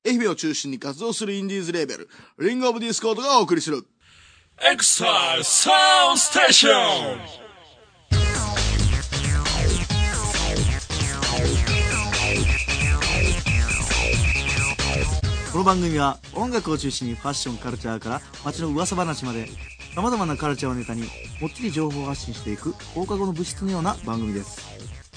愛媛を中心に活動するインディーズレーベル、リングオブディスコードがお送りする、 エクサイズサウンドステーション。 この番組は音楽を中心にファッション、カルチャーから街の噂話まで様々なカルチャーをネタにもっちり情報を発信していく放課後の物質のような番組です。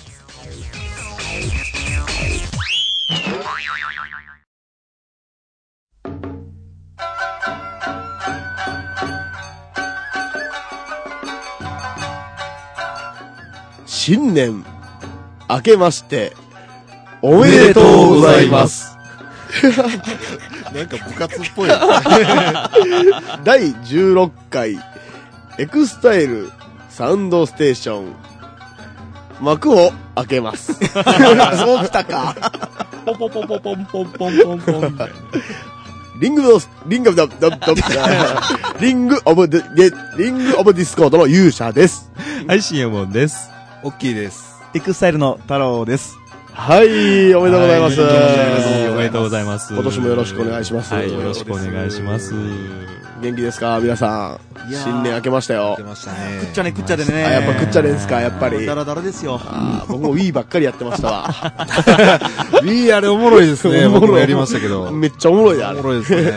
新年明けましておめでとうございます。 なんか部活っぽい。 第16回エクスタイルサウンドステーション幕を開けます。そうきたか。 ポンポンポンポンポンポンポンポンポン。 リングオブディスコードの勇者です。 はい、新右衛門です。オッキーです。 エクスタイルの太郎です。 はい、おめでとうございます。 おめでとうございます。 今年もよろしくお願いします。 はい、よろしくお願いします。 元気ですか皆さん。新年明けましたよ。 明けましたね。 くっちゃねくっちゃでね。 やっぱくっちゃねですか、やっぱり。 ダラダラですよ。 僕も Wii ばっかりやってましたわ。 Wii あれおもろいですね。僕もやりましたけど。 めっちゃおもろいで、あれ。 おもろいですね。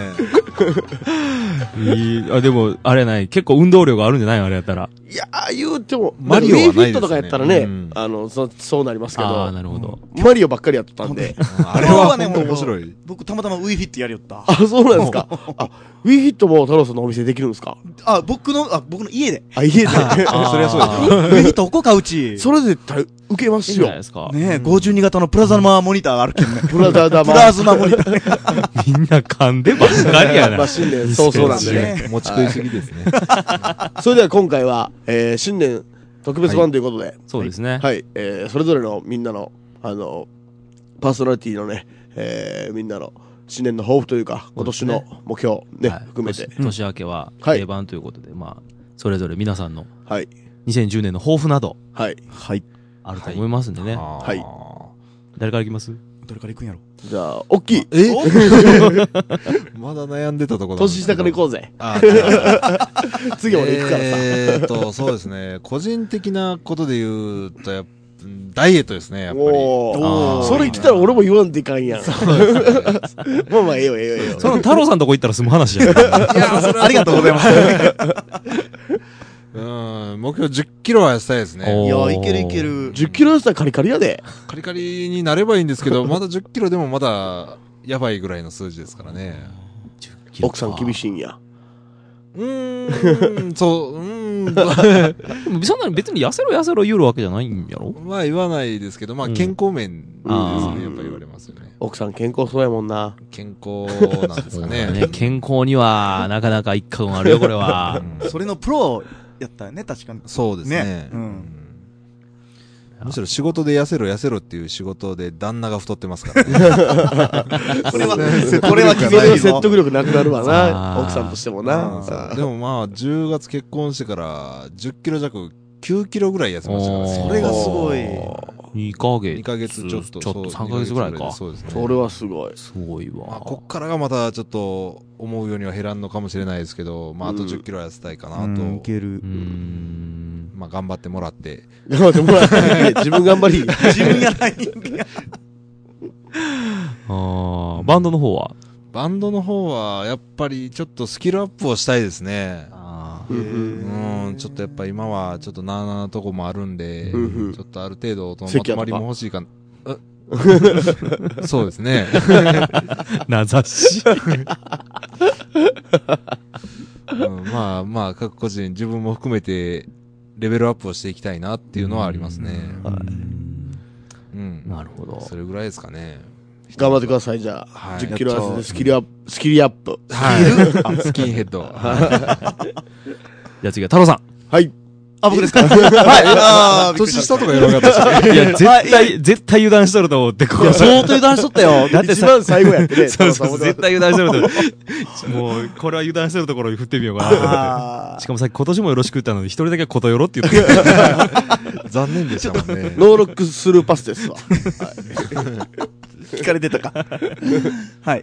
でも、あれない。結構運動量があるんじゃないあれやったら。 いやー、言うても、 マリオはないですね。 Wii フィットとかやったらね、そうなりますけど。 ああ、なるほど。 マリオばっかりやってたんで。 あれは本当面白い。 僕たまたま Wii フィットやりよった。 あ、そうなんですか。あ、Wii フィットも太郎さんのお店できるんですか？ 僕の家で。 あ、家で。 そりゃそうです。 Wii フィットここかうち。 それで受けますよ。 いいんじゃないですか。 ねえ、52型のプラズマモニターがあるけんね。 プラズマモニター。 みんな噛んでばっかりやな。 まあ新年早々なんでね。 持ち食いすぎですね。 それでは今回は、新年特別版ということで。 そうですね。 はい。それぞれのみんなの、パーソナリティのね、みんなの新年の抱負というか、今年の目標ね、含めて。 年明けは定番ということで、まあ、それぞれ皆さんの、 はい。 2010年の抱負など、 はい。 はい。 あると思いますんでね。 はい。 誰からいきます？ どれから行くんやろ。 じゃあ、おっきい。 まだ悩んでたところ年下から行こうぜ。次俺行くからさ。 そうですね。個人的なことで言うと、ダイエットですね、やっぱり。 それ来たら俺も言わんといかんやん。まあまあ、ええよ、ええよ、ええよ。 その太郎さんとこ行ったら済む話じゃん。 ありがとうございます。 目標10キロは痩せたいですね。 いや、いけるいける。 10キロ痩せたらカリカリやで。 カリカリになればいいんですけど、まだ10キロでもまだ、やばいぐらいの数字ですからね。 奥さん厳しいんや。 そう、 そんなに別に痩せろ言うわけじゃないんやろ？ まあ言わないですけど、まあ健康面ですね、やっぱ言われますよね。 奥さん健康そうやもんな。 健康なんですかね。 健康にはなかなか一家運あるよ、これは。 それのプロやったよね、確かに。 そうですね。むしろ仕事で痩せろっていう仕事で旦那が太ってますからね。 これは説得力なくなるわな、奥さんとしてもな。 でもまあ、10月結婚してから10キロ弱、9キロぐらい痩せましたからね。 それがすごい。 2ヶ月ちょっと3ヶ月ぐらいか。 そうですね。 それはすごい。 すごいわ。 まあ、こっからがまたちょっと思うようには減らんのかもしれないですけど、まあ、あと10キロ痩せたいかなと。 いける。 まあ、頑張ってもらって。 頑張ってもらって。自分頑張り。 自分やないんや。 バンドの方は？ バンドの方は、やっぱりちょっとスキルアップをしたいですね。ちょっとやっぱ今はちょっとなーなとこもあるんで、ちょっとある程度まとまりも欲しいかな。そうですね。 名指し。 まあ、各個人自分も含めてレベルアップをしていきたいなっていうのはありますね。 なるほど。 それぐらいですかね。 頑張ってください、じゃあ。10キロ痩せてスキルアップ。 はい。スキンヘッド。 じゃあ次は太郎さん。 はい。 僕ですか？はい。 年下とか言わなかったし。いや、絶対油断しとると思って、ここ。 相当油断しとったよ。 だって一番最後やってね。 そうそう、絶対油断しとると。もう、これは油断してるところに振ってみようかな。しかもさっき今年もよろしく言ったのに、一人だけことよろって言って残念でしたもんね。 ノーロックスルーパスですわ。 聞かれてたか。はい。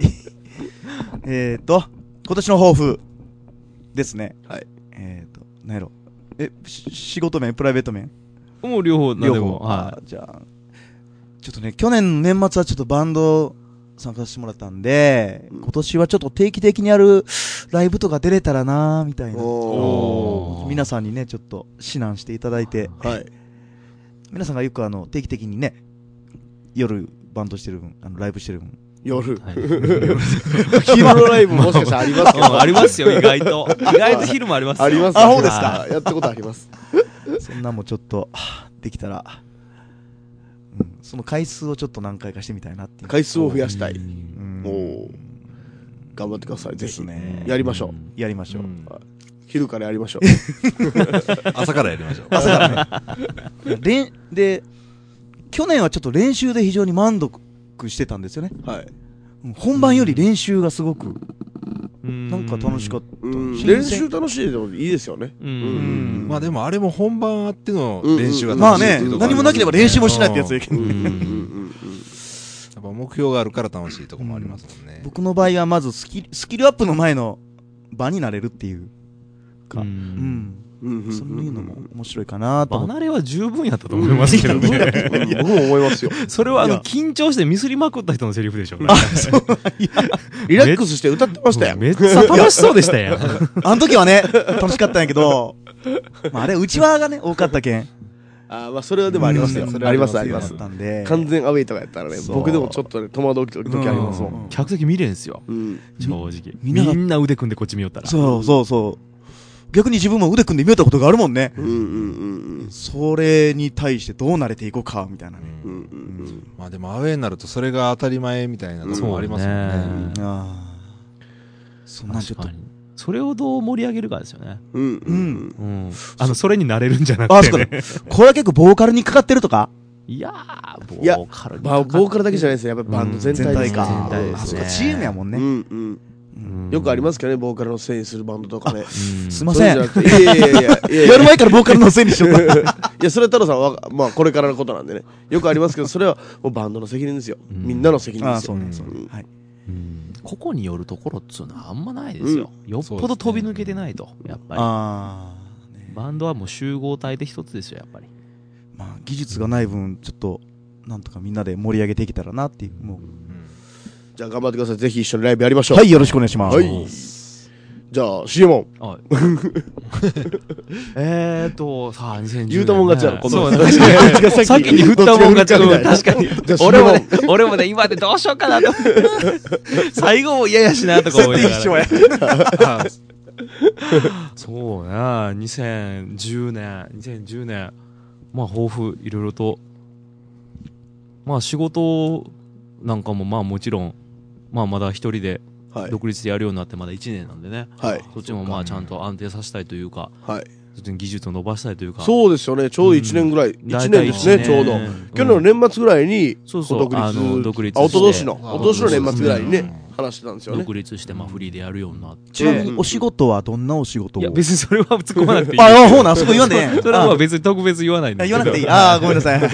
今年の抱負ですね。 はい。 何やろ。仕事面、プライベート面もう両方、何でも。 はい。じゃあ、ちょっとね、去年の年末はちょっとバンド参加させてもらったんで、今年はちょっと定期的にやるライブとか出れたらなーみたいな。皆さんにね、ちょっと指南していただいて、 はい。 皆さんがよく定期的にね、夜バンドしてる分、ライブしてる分。 夜。昼のライブもしかしたらありますけど。 ありますよ、意外と。意外と昼もありますよ。 あります。 あ、そうですか。 やったことあります。 そんなんもちょっと、できたら、その回数をちょっと何回かしてみたいなっていう。 回数を増やしたい。 お頑張ってください。ぜひ。 ね。 やりましょう。 やりましょう。 昼からやりましょう。 朝からやりましょう。 朝からね。で、去年はちょっと練習で非常に満足してたんですよね。 はい。 本番より練習がすごく、なんか楽しかった。 練習楽しいでもいいですよね。 まあでもあれも本番あっての練習がまあね楽しいっていうところ、 何もなければ練習もしないってやつやけど。 やっぱ目標があるから楽しいところもありますもんね。 僕の場合はまずスキルアップの前の場になれるっていうか、そういうのも面白いかなと思って。 離れは十分やったと思いますけどね。 僕も思いますよ。 それは緊張してミスりまくった人のセリフでしょうね。 リラックスして歌ってましたよ。 めっちゃ楽しそうでしたよ。 あの時はね、楽しかったんやけど、あれ、内輪がね、多かったけん。 まあそれはでもありますよ。ありますあります。完全アウェイとかやったらね、僕でもちょっとね、戸惑う時ありますもん。 客席見れんすよ。正直。みんな腕組んでこっち見よったら。 そう。逆に自分も腕組んで見よったことがあるもんね。それに対してどう慣れていこうか、みたいなね。 まあでもアウェイになるとそれが当たり前みたいなのもありますもんね。 そんなんちょっと。 それをどう盛り上げるかですよね。それになれるんじゃなくてね。 これは結構ボーカルにかかってるとか？ いやー、ボーカル。 ボーカルだけじゃないですよ。やっぱバンド全体か。 全体ですね。チームやもんね。 よくありますけどね、ボーカルのせいにするバンドとかね。 すいません。 いや。 やる前からボーカルのせいにしようか。 いや、それは太郎さんは、まあこれからのことなんでね。よくありますけど、それはもうバンドの責任ですよ。みんなの責任ですよ。 はい。 個々によるところっつうのはあんまないですよ。よっぽど飛び抜けてないと、やっぱり。バンドはもう集合体で一つですよ、やっぱり。 まあ、技術がない分、ちょっと、なんとかみんなで盛り上げていけたらなっていう。 じゃあ頑張ってください。ぜひ一緒にライブやりましょう。 はい、よろしくお願いします。 はい。じゃあ、CM。 さあ、2010年。 言うたもん勝ちやろ、この。 先に振ったもん勝ち。確かに。俺もね、今でどうしようかなと。最後も嫌やしな、とか思いながら。そうな、2010年。まあ、抱負、いろいろと。まあ、仕事なんかも、まあ、もちろん、まあ、まだ一人で、独立でやるようになってまだ1年なんでね。そっちもまあ、ちゃんと安定させたいというか、そっちに技術を伸ばしたいというか。 そうですよね。ちょうど1年ぐらい。1年ですね、ちょうど。去年の年末ぐらいに、 独立。 おととしの年末ぐらいにね、話してたんですよね。 独立して、まあ、フリーでやるようになって。 ちなみに、お仕事はどんなお仕事を？ いや、別にそれは突っ込まなくていい。 ほうな、そこ言わんでね。 それは別に特別言わないんだけど。 言わなくていい。ごめんなさい。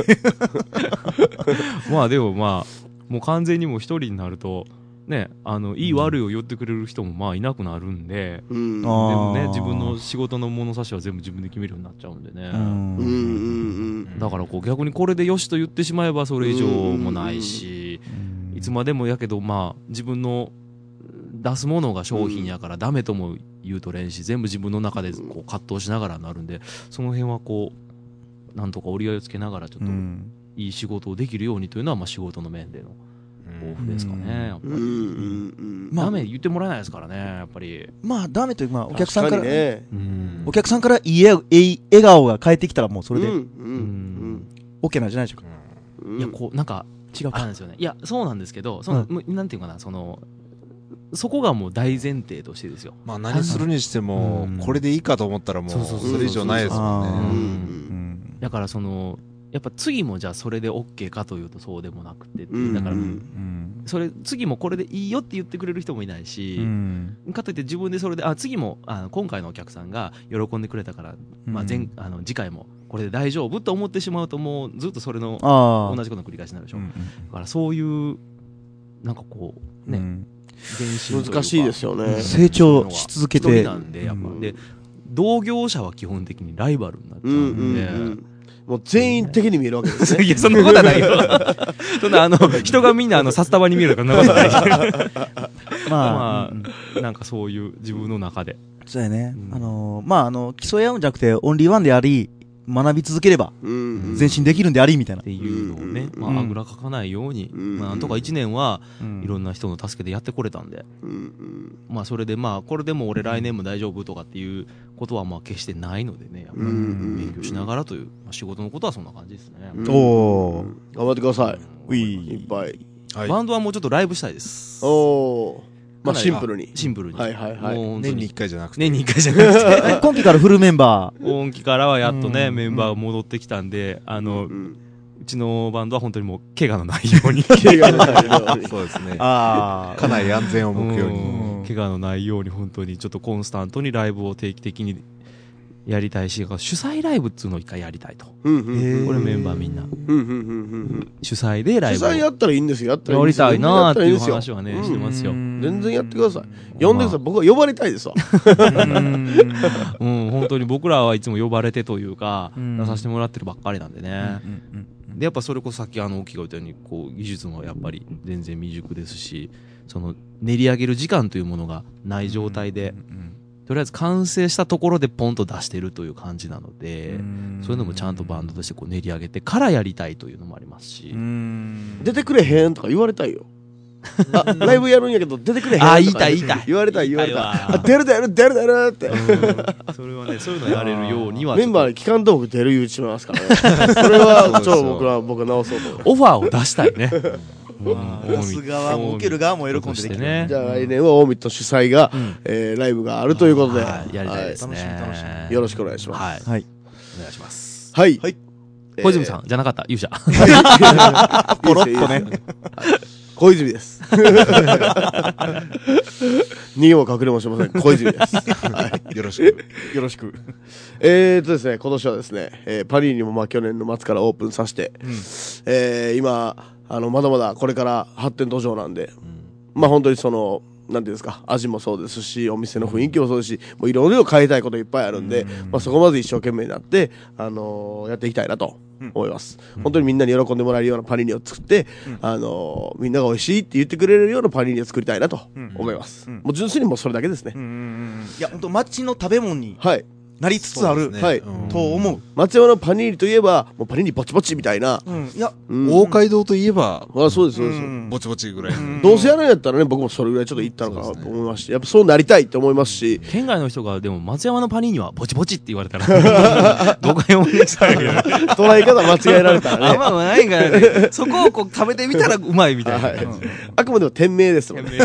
まあ、でもまあ、もう完全にもう一人になると、ね、いい悪いを言ってくれる人もまあいなくなるんで、でもね、自分の仕事の物差しは全部自分で決めるようになっちゃうんでね。だからこう逆にこれでよしと言ってしまえばそれ以上もないし、いつまでもやけどまあ自分の出すものが商品やからダメとも言うとれんし、全部自分の中でこう葛藤しながらなるんで、その辺はこうなんとか折り合いをつけながらちょっといい仕事をできるようにというのはまあ仕事の面での抱負ですかね。やっぱりダメ言ってもらえないですからね、やっぱり。 まあダメというか、お客さんからお客さんからいい笑顔が返ってきたらもうそれで OK なんじゃないでしょうか。 いやこうなんか違うかなんですよね。いやそうなんですけど、なんていうかな、そこがもう大前提としてですよ。 まあ何するにしてもこれでいいかと思ったらもうそれ以上ないですもんね。 だからやっぱ次もじゃあそれで OK かというとそうでもなくて、だから次もこれでいいよって言ってくれる人もいないし、かといって自分でそれで次も今回のお客さんが喜んでくれたから、まあ次回もこれで大丈夫と思ってしまうともうずっとそれの同じことの繰り返しになるでしょ。だからそういうなんかこう、ね、前進というか難しいですよね。 成長し続けて。 一人なんで、やっぱ。で、同業者は基本的にライバルになっちゃうんで、 もう全員的に見えるわけですね。 いや、そんなことはないよ。そんな、人がみんな、札束に見えるとか、そんなことないけど。まあ、なんかそういう自分の中で。 そうやね。競い合うんじゃなくて、オンリーワンであり、学び続ければ、前進できるんであり、みたいな。 っていうのをね、あぐらかかないように、なんとか1年はいろんな人の助けでやってこれたんで、それでこれでも俺来年も大丈夫とかっていうことは決してないのでね、やっぱり勉強しながらという、仕事のことはそんな感じですね。 おー。頑張ってください。いっぱい。 バンドはもうちょっとライブしたいです。 おー。シンプルに。 シンプルに。 はいはいはい。 年に1回じゃなくて。 年に1回じゃなくて。 今期からフルメンバー。 今期からはやっとね、メンバーが戻ってきたんで、うちのバンドは本当にもう、怪我のないように。 怪我のないように。 そうですね。 ああ。 家内安全を目標に。 怪我のないように本当にちょっとコンスタントにライブを定期的にやりたいし、主催ライブっていうのを一回やりたいと。これメンバーみんな。主催でライブ。 主催やったらいいんですよ。 やりたいなーっていう話はね、してますよ。 全然やってください。呼んでください。僕は呼ばれたいですわ。 本当に僕らはいつも呼ばれてというか、出させてもらってるばっかりなんでね。で、やっぱそれこそさっき大きが言ったように、技術もやっぱり全然未熟ですし、練り上げる時間というものがない状態で、とりあえず完成したところでポンと出してるという感じなので、そういうのもちゃんとバンドとして練り上げてからやりたいというのもありますし。 出てくれへんとか言われたいよ。ライブやるんやけど出てくれへんとか。 言いたい。 言われたい。出るって。 それはね、そういうのやれるようには。 メンバーで期間トーク出る言うちますからね。それは僕は直そうと思う。 オファーを出したいね。 出す側も受ける側も喜んでできるね。 じゃあ来年はオーミット主催がライブがあるということでやりたいですね。 よろしくお願いします。 はい。お願いします。 はい。 小泉さんじゃなかった勇者。 ポロッとね。 小泉です。逃げも隠れもしません。小泉です。 よろしく。 よろしく。 ですね、今年はですね、パリにも去年の末からオープンさせて、今、まだまだこれから発展途上なんで、本当になんていうんですか、味もそうですし、お店の雰囲気もそうですし、もういろいろ変えたいこといっぱいあるんで、そこまで一生懸命になって、やっていきたいなと思います。本当にみんなに喜んでもらえるようなパニーニを作って、みんなが美味しいって言ってくれるようなパニーニを作りたいなと思います。もう純粋にもうそれだけですね。 いや、本当街の食べ物に。 はい。 なりつつある、 はい、 と思う。 松山のパニーニといえば、もうパニーニぼちぼちみたいな。 いや、 大街道といえば、 そうです、そうです。 ぼちぼちぐらい。 どうせやるんやったらね、僕もそれぐらいちょっと行ったのかなと思いますし、やっぱそうなりたいって思いますし。 県外の人が、でも松山のパニーニはぼちぼちって言われたら、誤解をねしたけど。 捉え方間違えられたらね。 ないからね。そこを食べてみたらうまいみたいな。 あくまでも店名ですもんね。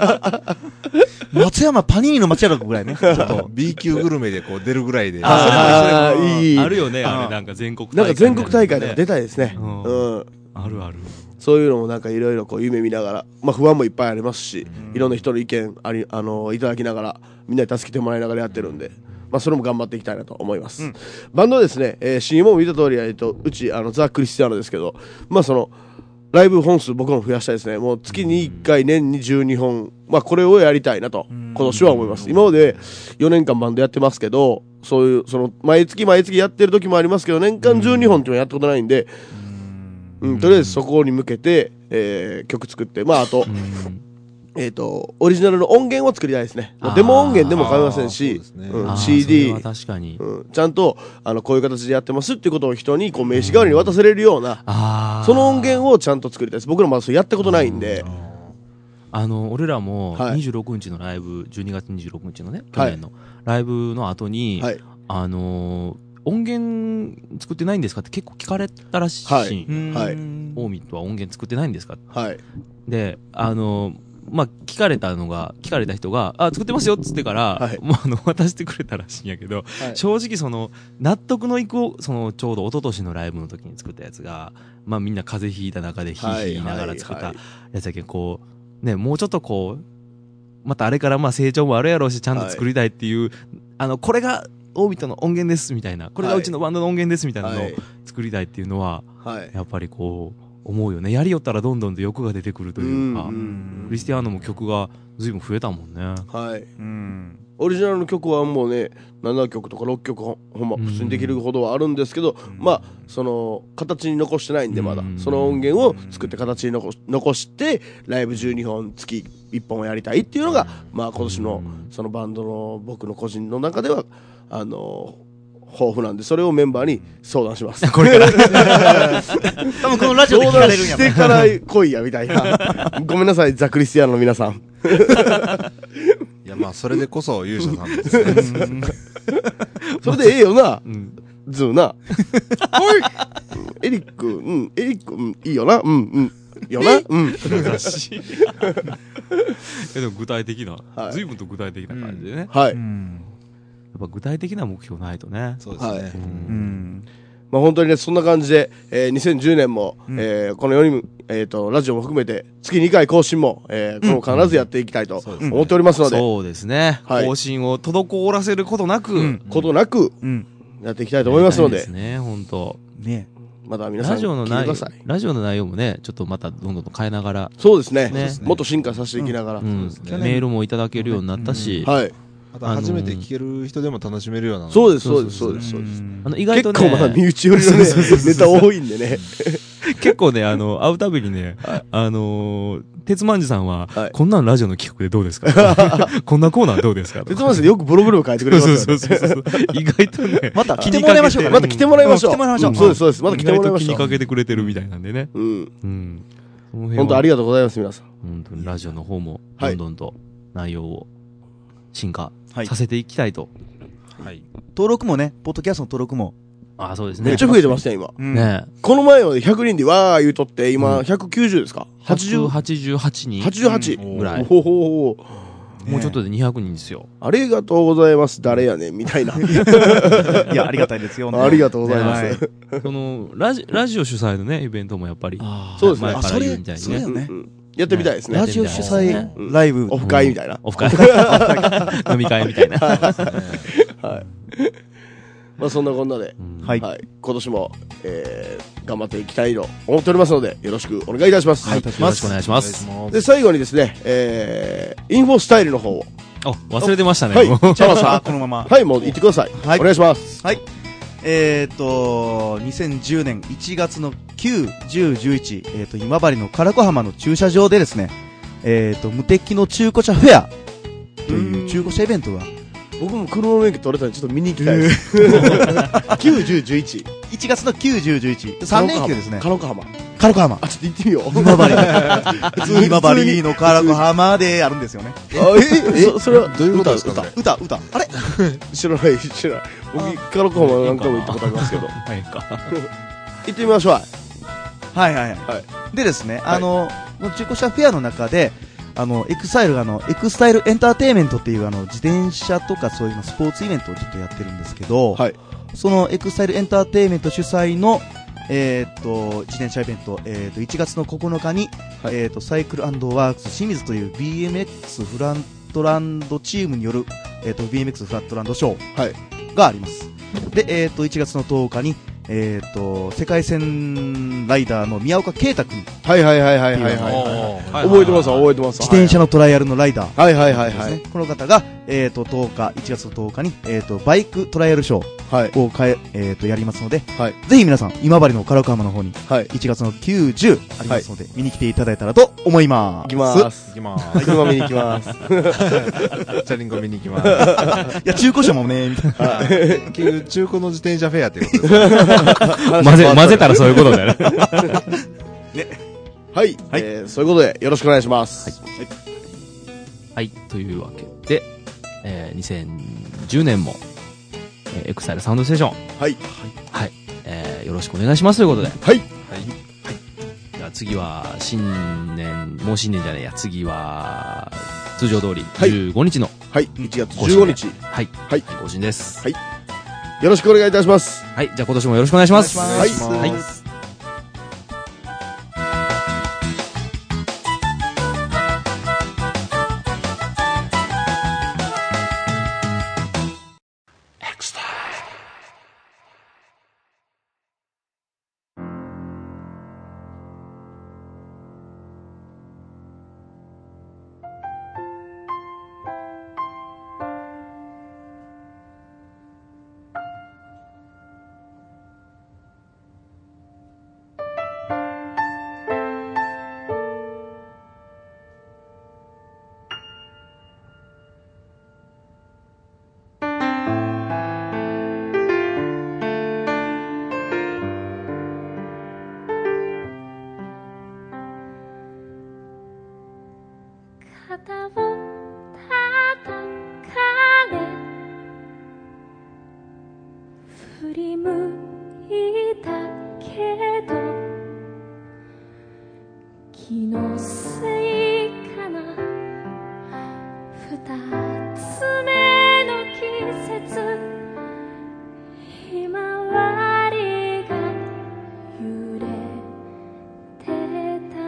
松山パニーニの街やろぐらいね。 B 級グルメで出るぐらいで。 いい。 あるよね、あれなんか全国大会。 なんか全国大会で出たいですね。 あるある。 そういうのもなんかいろいろ夢見ながら、不安もいっぱいありますし、いろんな人の意見いただきながら、みんなに助けてもらいながらやってるんで、それも頑張っていきたいなと思います。バンドですね、CM も見た通り、うち、ザ・クリスティアーノですけど、ライブ本数僕も増やしたいですね。もう月に1回年に12本。これをやりたいなと、今年は思います。今まで4年間バンドやってますけど、そういう、毎月やってる時もありますけど、年間12本っていうのやったことないんで、とりあえずそこに向けて、曲作って、あと、オリジナルの音源を作りたいですね。デモ音源でも構いませんし、CD、 確かにちゃんとこういう形でやってますっていうことを人に名刺代わりに渡せれるような、その音源をちゃんと作りたいです。僕らまだそれやったことないんで。 俺らも26日のライブ、12月26日のね、去年のライブの後に、音源作ってないんですかって結構聞かれたらしい。近江とは音源作ってないんですか。で、聞かれた人が、作ってますよっつってから、もう渡してくれたらしいんやけど、正直納得のいく、ちょうど一昨年のライブの時に作ったやつが、みんな風邪ひいた中でヒーヒー言いながら作ったやつだけど、もうちょっとまたあれから成長もあるやろうし、ちゃんと作りたいっていう、これが、オービットの音源ですみたいな、これがうちのバンドの音源ですみたいなのを作りたいっていうのは、やっぱり思思うよね。やりよったらどんどんと欲が出てくるというか、クリスティアーノも曲が随分増えたもんね。 はい。オリジナルの曲はもうね、7曲とか6曲ほんま普通にできるほどはあるんですけど、まあその形に残してないんで、まだその音源を作って形に残してライブ12本月1本をやりたいっていうのが、まあ今年のそのバンドの僕の個人の中では豊富なんで、それをメンバーに相談します。 これから多分このラジオで聞かれるんや相談してから来いやみたいな。ごめんなさい、ザ・クリスティアーノの皆さん。 いや、まあ、それでこそ勇者さんですね。 それでええよな、ズーな。エリック、いいよな、よな、 難しい。でも具体的な、随分と具体的な感じでね。 はい。 やっぱ具体的な目標ないとね。 そうですね。 まあ本当にね、そんな感じで、2010年も、この4人、ラジオも含めて、月2回更新も、この必ずやっていきたいと思っておりますので。 そうですね。更新を滞らせることなく、 やっていきたいと思いますので。 ですね、本当。 ね。 また皆さん聞いてください。 ラジオの内容もね、ちょっとまたどんどん変えながら。 そうですね。もっと進化させていきながら。 メールもいただけるようになったし。 はい。 また初めて聴ける人でも楽しめるような。 そうです。 意外とね。 結構まだ身内寄りのね、ネタ多いんでね。 結構ね、会うたびにね、鉄マンジさんは、こんなんラジオの企画でどうですかこんなコーナーどうですか鉄マンジさんよくブログでも書いてくれますそう。意外とね、 また来てもらいましょうか。 また来てもらいましょう。そうです。また来てもらいましょう。 気にかけてくれてるみたいなんでね。 本当ありがとうございます、皆さん。 本当にラジオの方も、どんどんと内容を進化させていきたいと。 登録もね、ポッドキャストの登録も。 そうですね。 めっちゃ増えてますね、今。 ね。 この前まで100人でわー言うとって、今190ですか ?188 人 ?88 ぐらい。 もうちょっとで200人ですよ。 ありがとうございます。誰やねんみたいな。 いや、ありがたいですよ。 ありがとうございます。 このラジオ主催のね、イベントもやっぱり、 そうですね。 前から言うみたいにね。 やってみたいですね。 ラジオ主催ライブ。 オフ会みたいな。 オフ会。飲み会みたいな。 はい。まあそんなこんなで、今年も、頑張っていきたいと思っておりますので、よろしくお願いいたします。 よろしくお願いします。 で、最後にですね、インフォスタイルの方を。 忘れてましたね。 はい。チャマさん。 このまま。 はい、もう行ってください。お願いします。 はい。2010年1月の9、10、11、今治の唐子浜の駐車場でですね、無敵の中古車フェアという中古車イベントが、 僕も車免許取れたんでちょっと見に行きたいです。9、10、11。 1月の9、10、11。3連休ですね。 唐子浜。 唐子浜。 ちょっと行ってみよう。 今治の唐子浜でやるんですよね。 それはどういうことですか歌。あれ知らない。僕、唐子浜何回も行ったことありますけど。行ってみましょう。 はい。でですね、中古車フェアの中で、エクスタイルエンターテイメントっていう自転車とかそういうスポーツイベントをちょっとやってるんですけど、そのエクスタイルエンターテイメント主催の、自転車イベント、1月の9日に、サイクル&ワークス清水という BMX フラットランドチームによる、BMX フラットランドショーがあります。で、1月の10日に、世界戦ライダーの宮岡啓太君。 はい。覚えてます。 自転車のトライアルのライダー。 はい。 この方が、1月の10日に、バイクトライアルショーをやりますので、ぜひ皆さん、今治の唐子浜の方に、1月の9、10ありますので、見に来ていただいたらと思います。 行きます。車見に行きます。チャリンコ見に行きます。 いや、中古車もね、みたいな。 中古の自転車フェアってことですか混ぜたらそういうことだよね。 はい。そういうことで、よろしくお願いします。 はい。というわけで、2010年も、エクサイルサウンドステーション。はい。よろしくお願いしますということで。じゃあ次は、もう新年じゃねえや、次は、通常通り、15日の。 1月15日。 更新です。 よろしくお願いいたします。 じゃあ今年もよろしくお願いします。 肩を叩かれ振り向いたけど気のせいかな二つ目の季節ひまわりが揺れてた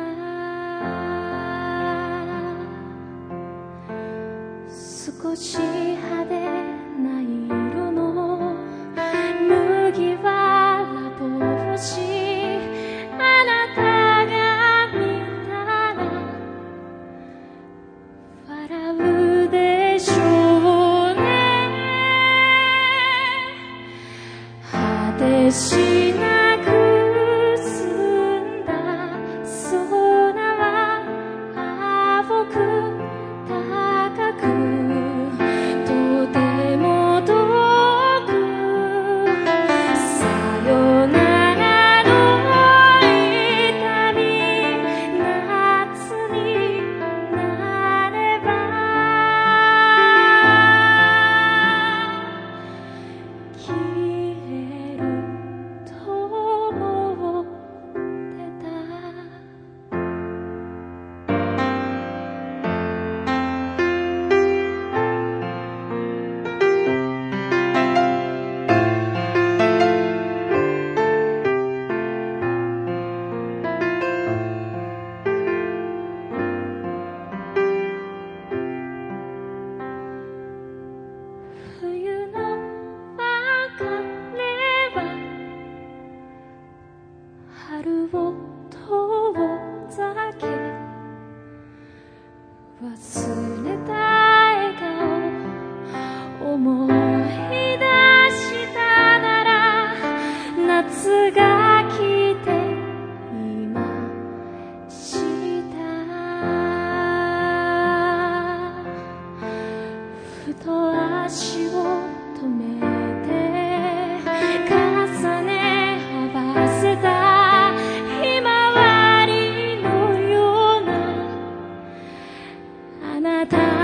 少し派手な色の麦わら帽子あなたが見たら笑うでしょうね果てしなく澄んだ空は青く高くとても遠くさよならの痛み夏になれば消えると思ってた冬の別れは春を遠ざけ忘れた笑顔思い出したなら夏が来ていましたふと足を止めて重ね合わせたひまわりのようなあなた